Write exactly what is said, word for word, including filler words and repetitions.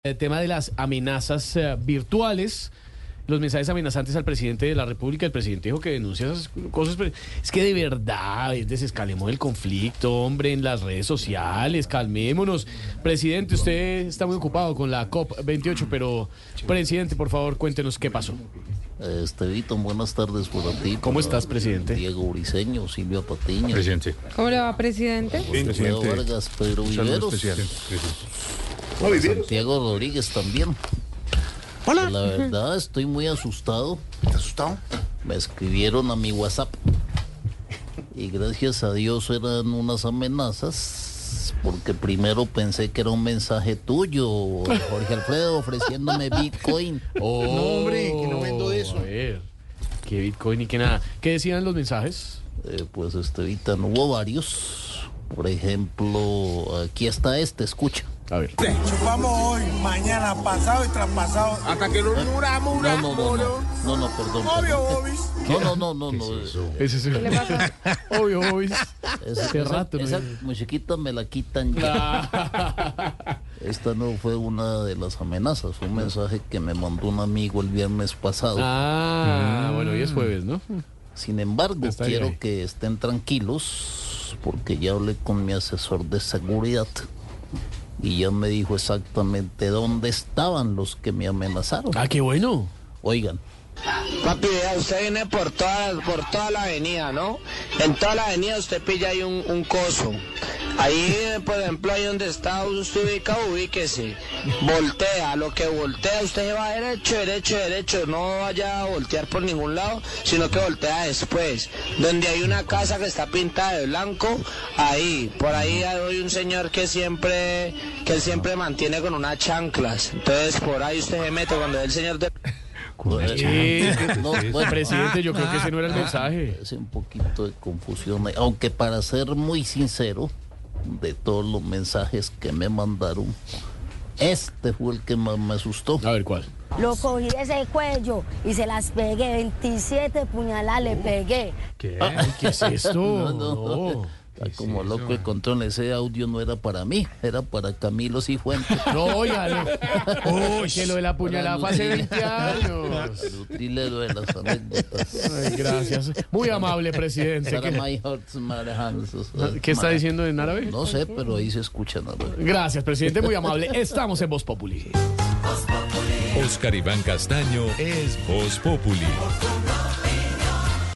El tema de las amenazas eh, virtuales, los mensajes amenazantes al presidente de la República. El presidente dijo que denuncia esas cosas. Pero es que de verdad, desescalemos el conflicto, hombre, en las redes sociales, calmémonos. Presidente, usted está muy ocupado con la COP veintiocho, pero, presidente, por favor, cuéntenos qué pasó. Estevito, buenas tardes por ti. ¿Cómo estás, presidente? Diego Briceño, Silvia Patiño. Presidente. ¿Cómo le va, presidente? Alfredo Vargas, Pedro Viveros. Santiago Rodríguez también. Hola. La verdad, estoy muy asustado. ¿Estás asustado? Me escribieron a mi WhatsApp. Y gracias a Dios eran unas amenazas. Porque primero pensé que era un mensaje tuyo, Jorge Alfredo, ofreciéndome Bitcoin. Oh, No, hombre, que no vendo eso. A ver, que Bitcoin ni que nada. ¿Qué decían los mensajes? Eh, pues, Estevita, no hubo varios. Por ejemplo, aquí está este, escucha. A ver. Chupamos hoy, mañana, pasado y traspasado. Hasta que lo muramos, No, no, no, no, no, no, perdón. Obvio, perdón. Bobis. No, no, no, no, no. Ese es el... ¿Qué le pasa? Obvio, obvio. Esa, Hace esa- rato, ¿no? esa musiquita me la quitan ya. Esta no fue una de las amenazas, fue un mensaje que me mandó un amigo el viernes pasado. Ah, bueno, hoy es jueves, ¿no? Sin embargo, Está ahí, quiero ahí. que estén tranquilos porque ya hablé con mi asesor de seguridad y ya me dijo exactamente dónde estaban los que me amenazaron. Ah, qué bueno. Oigan, Papi, vea, usted viene por toda, por toda la avenida, ¿no? En toda la avenida usted pilla ahí un, un coso. Ahí, por ejemplo, ahí donde está usted ubicado, ubíquese. Voltea, lo que voltea, usted se va derecho, derecho, derecho. No vaya a voltear por ningún lado, sino que voltea después. Donde hay una casa que está pintada de blanco, ahí, por ahí hay un señor que siempre, que él siempre mantiene con unas chanclas. Entonces, por ahí usted se mete cuando ve el señor de... Eh, no, bueno, presidente, yo creo que ese no era el mensaje. es un poquito de confusión, ahí, aunque para ser muy sincero, de todos los mensajes que me mandaron, este fue el que más me asustó. A ver, ¿cuál? Lo cogí de ese cuello y se las pegué, veintisiete puñaladas le pegué. ¿Qué? Ay, ¿qué es esto? No, no. No. Está como loco el control, ese audio no era para mí, era para Camilo Cifuentes. No, oigan. Uy, que lo de la puñalada fue hace veinte años. Dile lo de las anécdotas. Ay, gracias. Muy amable, presidente. Para ¿Qué, my heart's my hands. ¿Qué está diciendo en árabe? No sé, pero ahí se escucha nada. Gracias, presidente, muy amable. Estamos en Voz Populi. Oscar Iván Castaño es Voz Populi.